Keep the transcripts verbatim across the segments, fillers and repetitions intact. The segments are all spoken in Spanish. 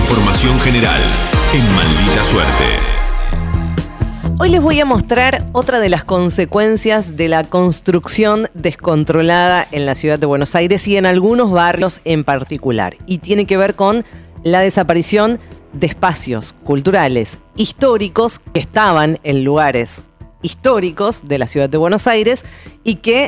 información general en Maldita Suerte. Hoy les voy a mostrar otra de las consecuencias de la construcción descontrolada en la ciudad de Buenos Aires y en algunos barrios en particular. Y tiene que ver con la desaparición de espacios culturales históricos que estaban en lugares históricos de la ciudad de Buenos Aires y que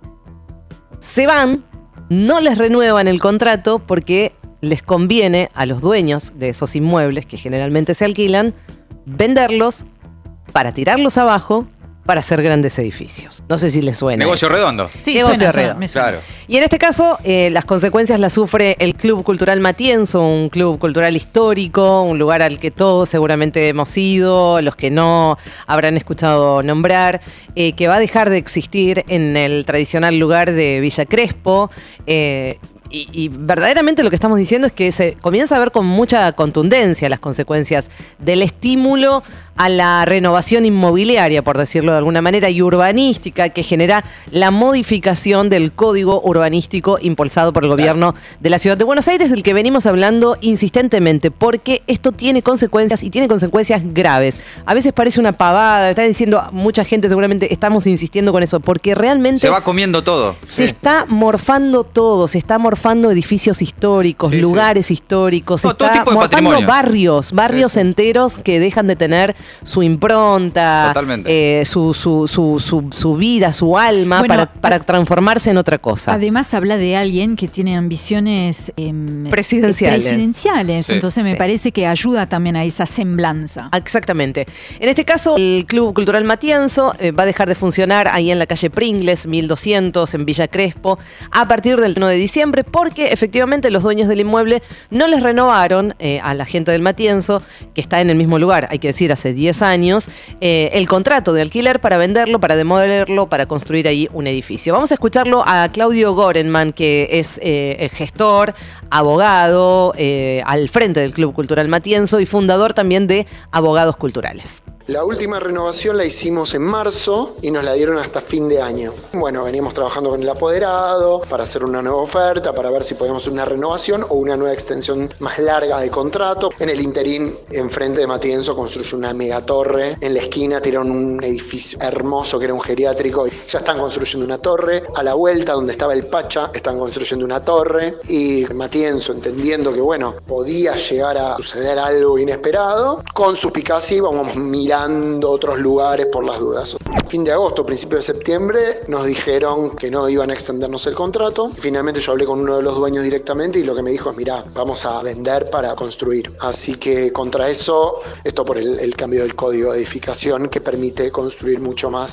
se van, no les renuevan el contrato porque les conviene a los dueños de esos inmuebles que generalmente se alquilan venderlos para tirarlos abajo para hacer grandes edificios. No sé si les suena. Negocio eso. redondo. Sí, negocio suena, redondo. suena, suena. Claro. Y en este caso, eh, las consecuencias las sufre el Club Cultural Matienzo, un club cultural histórico, un lugar al que todos seguramente hemos ido, los que no habrán escuchado nombrar, eh, que va a dejar de existir en el tradicional lugar de Villa Crespo. Eh, Y, y verdaderamente lo que estamos diciendo es que se comienza a ver con mucha contundencia las consecuencias del estímulo a la renovación inmobiliaria, por decirlo de alguna manera, y urbanística, que genera la modificación del código urbanístico impulsado por el gobierno de la ciudad de Buenos Aires, del que venimos hablando insistentemente, porque esto tiene consecuencias y tiene consecuencias graves. A veces parece una pavada, está diciendo mucha gente, seguramente estamos insistiendo con eso, porque realmente Se va comiendo todo. se Sí. está morfando todo, se está morfando edificios históricos, Sí, lugares sí. históricos, se No, todo está tipo de morfando patrimonio. barrios, barrios Sí, sí. enteros que dejan de tener su impronta, Totalmente. eh, su, su, su, su, su vida, su alma, Bueno, para, para transformarse en otra cosa. Además habla de alguien que tiene ambiciones eh, Presidenciales. presidenciales. Sí. Entonces me Sí. parece que ayuda también a esa semblanza. Exactamente. En este caso, el Club Cultural Matienzo eh, va a dejar de funcionar ahí en la calle Pringles, mil doscientos, en Villa Crespo, a partir del uno de diciembre, porque efectivamente los dueños del inmueble no les renovaron eh, a la gente del Matienzo, que está en el mismo lugar, hay que decir, hace diez años, eh, el contrato de alquiler para venderlo, para demolerlo, para construir ahí un edificio. Vamos a escucharlo a Claudio Gorenman, que es eh, el gestor, abogado, eh, al frente del Club Cultural Matienzo y fundador también de Abogados Culturales. La última renovación la hicimos en marzo y nos la dieron hasta fin de año. Bueno, veníamos trabajando con el apoderado para hacer una nueva oferta, para ver si podíamos hacer una renovación o una nueva extensión más larga de contrato. En el interín, enfrente de Matienzo, construyó una megatorre. En la esquina tiraron un edificio hermoso que era un geriátrico. Ya están construyendo una torre. A la vuelta, donde estaba el Pacha, están construyendo una torre. Y Matienzo, entendiendo que, bueno, podía llegar a suceder algo inesperado, con suspicacia íbamos mirando otros lugares por las dudas. Fin de agosto, principio de septiembre, nos dijeron que no iban a extendernos el contrato. Finalmente yo hablé con uno de los dueños directamente y lo que me dijo es, mirá, vamos a vender para construir. Así que contra eso, esto por el, el cambio del código de edificación que permite construir mucho más.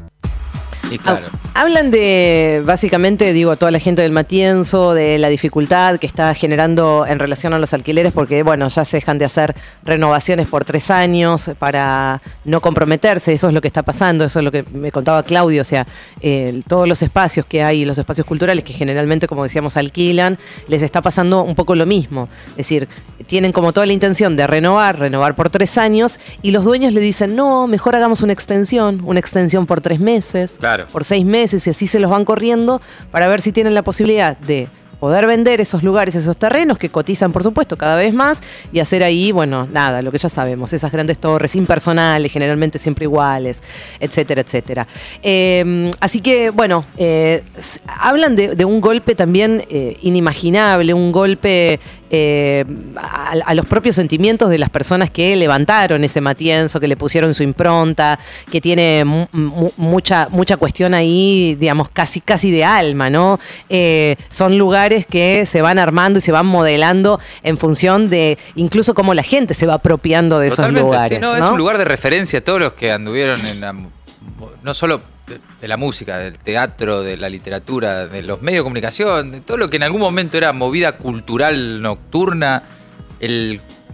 Y claro. Hablan de, básicamente, digo, toda la gente del Matienzo, de la dificultad que está generando en relación a los alquileres, porque, bueno, ya se dejan de hacer renovaciones por tres años para no comprometerse. Eso es lo que está pasando, eso es lo que me contaba Claudio. O sea, eh, todos los espacios que hay, los espacios culturales que generalmente, como decíamos, alquilan, les está pasando un poco lo mismo. Es decir, tienen como toda la intención de renovar, renovar por tres años, y los dueños le dicen, no, mejor hagamos una extensión, una extensión por tres meses. Claro. Por seis meses, y así se los van corriendo para ver si tienen la posibilidad de poder vender esos lugares, esos terrenos que cotizan, por supuesto, cada vez más, y hacer ahí, bueno, nada, lo que ya sabemos, esas grandes torres impersonales, generalmente siempre iguales, etcétera, etcétera. Eh, así que, bueno, eh, hablan de, de un golpe también eh, inimaginable, un golpe eh, a, a los propios sentimientos de las personas que levantaron ese Matienzo, que le pusieron su impronta, que tiene mu mu mucha, mucha cuestión ahí, digamos, casi, casi de alma, ¿no? Eh, son lugares que se van armando y se van modelando en función de incluso cómo la gente se va apropiando de Totalmente, esos lugares. sí, no, ¿no? Es un lugar de referencia. Todos los que anduvieron en la, no solo de, de la música, del teatro, de la literatura, de los medios de comunicación, de todo lo que en algún momento era movida cultural nocturna, el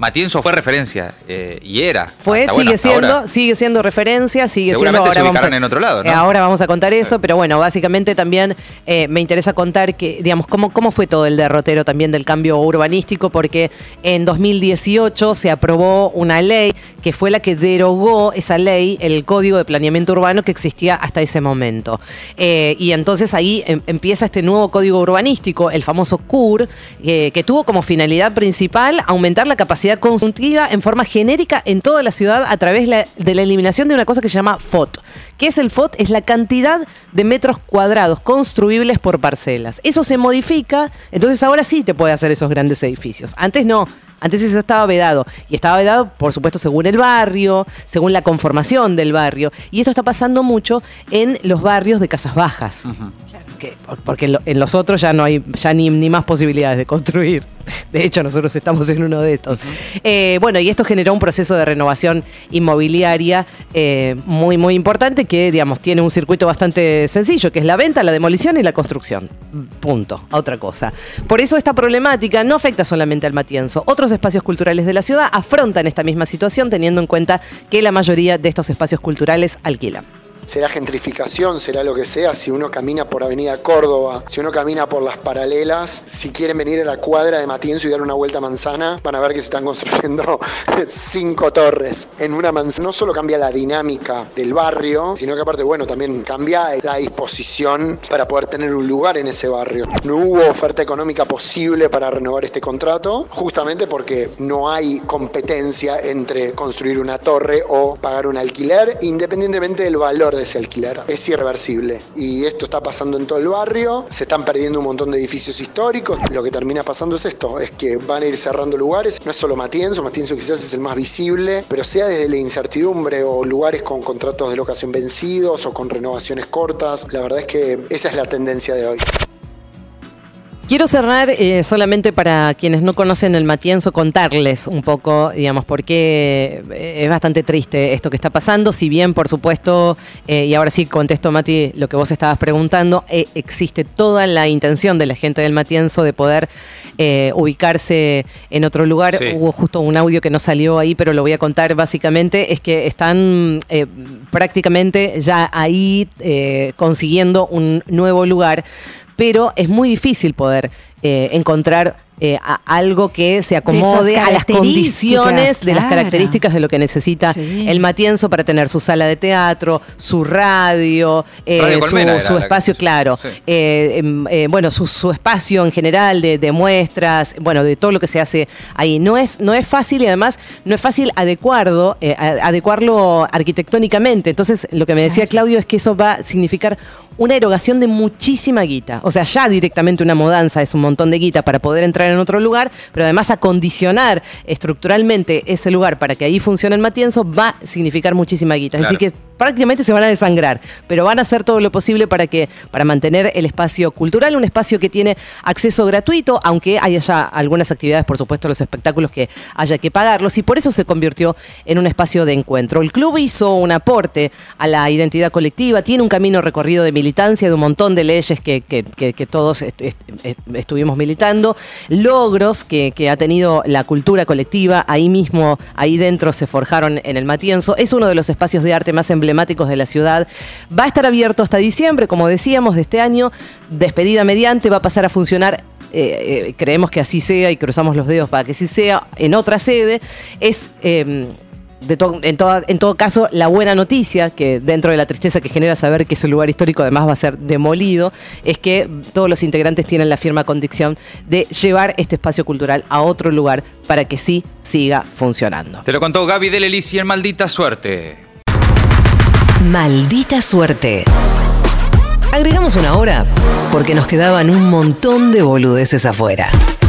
Matienzo fue referencia eh, y era. Fue, hasta, sigue bueno, hasta siendo, ahora. sigue siendo referencia, sigue Seguramente siendo. se Ahora ubicaron vamos a, en otro lado, ¿no? eh, ahora vamos a contar eso, pero bueno, básicamente también eh, me interesa contar que, digamos, cómo, cómo fue todo el derrotero también del cambio urbanístico, porque en dos mil dieciocho se aprobó una ley que fue la que derogó esa ley, el Código de Planeamiento Urbano que existía hasta ese momento. Eh, y entonces ahí em, empieza este nuevo Código Urbanístico, el famoso C U R, eh, que tuvo como finalidad principal aumentar la capacidad constructiva en forma genérica en toda la ciudad a través la, de la eliminación de una cosa que se llama F O T. ¿Qué es el F O T? Es la cantidad de metros cuadrados construibles por parcelas. Eso se modifica, entonces ahora sí te puede hacer esos grandes edificios. Antes no. Antes eso estaba vedado. Y estaba vedado, por supuesto, según el barrio, según la conformación del barrio. Y esto está pasando mucho en los barrios de casas bajas. Uh-huh. Que, porque en, lo, en los otros ya no hay ya ni, ni más posibilidades de construir. De hecho, nosotros estamos en uno de estos. Uh-huh. Eh, bueno, y esto generó un proceso de renovación inmobiliaria eh, muy, muy importante que, digamos, tiene un circuito bastante sencillo, que es la venta, la demolición y la construcción. Punto. Otra cosa. Por eso esta problemática no afecta solamente al Matienzo. Otros espacios culturales de la ciudad afrontan esta misma situación teniendo en cuenta que la mayoría de estos espacios culturales alquilan. Será gentrificación, será lo que sea, si uno camina por Avenida Córdoba, si uno camina por las paralelas, si quieren venir a la cuadra de Matienzo y dar una vuelta a Manzana, van a ver que se están construyendo cinco torres en una manzana. No solo cambia la dinámica del barrio, sino que aparte, bueno, también cambia la disposición para poder tener un lugar en ese barrio. No hubo oferta económica posible para renovar este contrato, justamente porque no hay competencia entre construir una torre o pagar un alquiler, independientemente del valor de ese alquiler. Es irreversible y esto está pasando en todo el barrio, se están perdiendo un montón de edificios históricos. Lo que termina pasando es esto, es que van a ir cerrando lugares. No es solo Matienzo, Matienzo quizás es el más visible, pero sea desde la incertidumbre o lugares con contratos de locación vencidos o con renovaciones cortas. La verdad es que esa es la tendencia de hoy. Quiero cerrar eh, solamente para quienes no conocen el Matienzo, contarles un poco, digamos, por qué es bastante triste esto que está pasando. Si bien, por supuesto, eh, y ahora sí contesto, Mati, lo que vos estabas preguntando, eh, existe toda la intención de la gente del Matienzo de poder eh, ubicarse en otro lugar. Sí. Hubo justo un audio que no salió ahí, pero lo voy a contar básicamente, es que están eh, prácticamente ya ahí eh, consiguiendo un nuevo lugar, pero es muy difícil poder eh, encontrar eh, a algo que se acomode a las condiciones claro. de las características de lo que necesita sí. el Matienzo para tener su sala de teatro, su radio, eh, radio su, su espacio, claro, sí. eh, eh, bueno, su, su espacio en general de, de muestras, bueno, de todo lo que se hace ahí. No es, no es fácil y además no es fácil adecuarlo, eh, adecuarlo arquitectónicamente. Entonces, lo que me decía Claudio es que eso va a significar una erogación de muchísima guita. O sea, ya directamente una mudanza es un montón de guita para poder entrar en otro lugar, pero además acondicionar estructuralmente ese lugar para que ahí funcione el Matienzo va a significar muchísima guita. Claro. Así que prácticamente se van a desangrar, pero van a hacer todo lo posible para que para mantener el espacio cultural, un espacio que tiene acceso gratuito, aunque haya ya algunas actividades, por supuesto, los espectáculos que haya que pagarlos, y por eso se convirtió en un espacio de encuentro. El club hizo un aporte a la identidad colectiva, tiene un camino recorrido de militancia de un montón de leyes que, que, que, que todos est- est- est- estuvimos militando, logros que, que ha tenido la cultura colectiva, ahí mismo, ahí dentro se forjaron en el Matienzo. Es uno de los espacios de arte más emblemáticos de la ciudad. Va a estar abierto hasta diciembre, como decíamos, de este año, despedida mediante, va a pasar a funcionar, eh, eh, creemos que así sea y cruzamos los dedos para que así sea, en otra sede. Es... Eh, De to- en, todo, en todo caso, la buena noticia, que dentro de la tristeza que genera saber que ese lugar histórico además va a ser demolido, es que todos los integrantes tienen la firme convicción de llevar este espacio cultural a otro lugar para que sí siga funcionando. Te lo contó Gaby Del Elisi en Maldita Suerte. Maldita Suerte. Agregamos una hora porque nos quedaban un montón de boludeces afuera.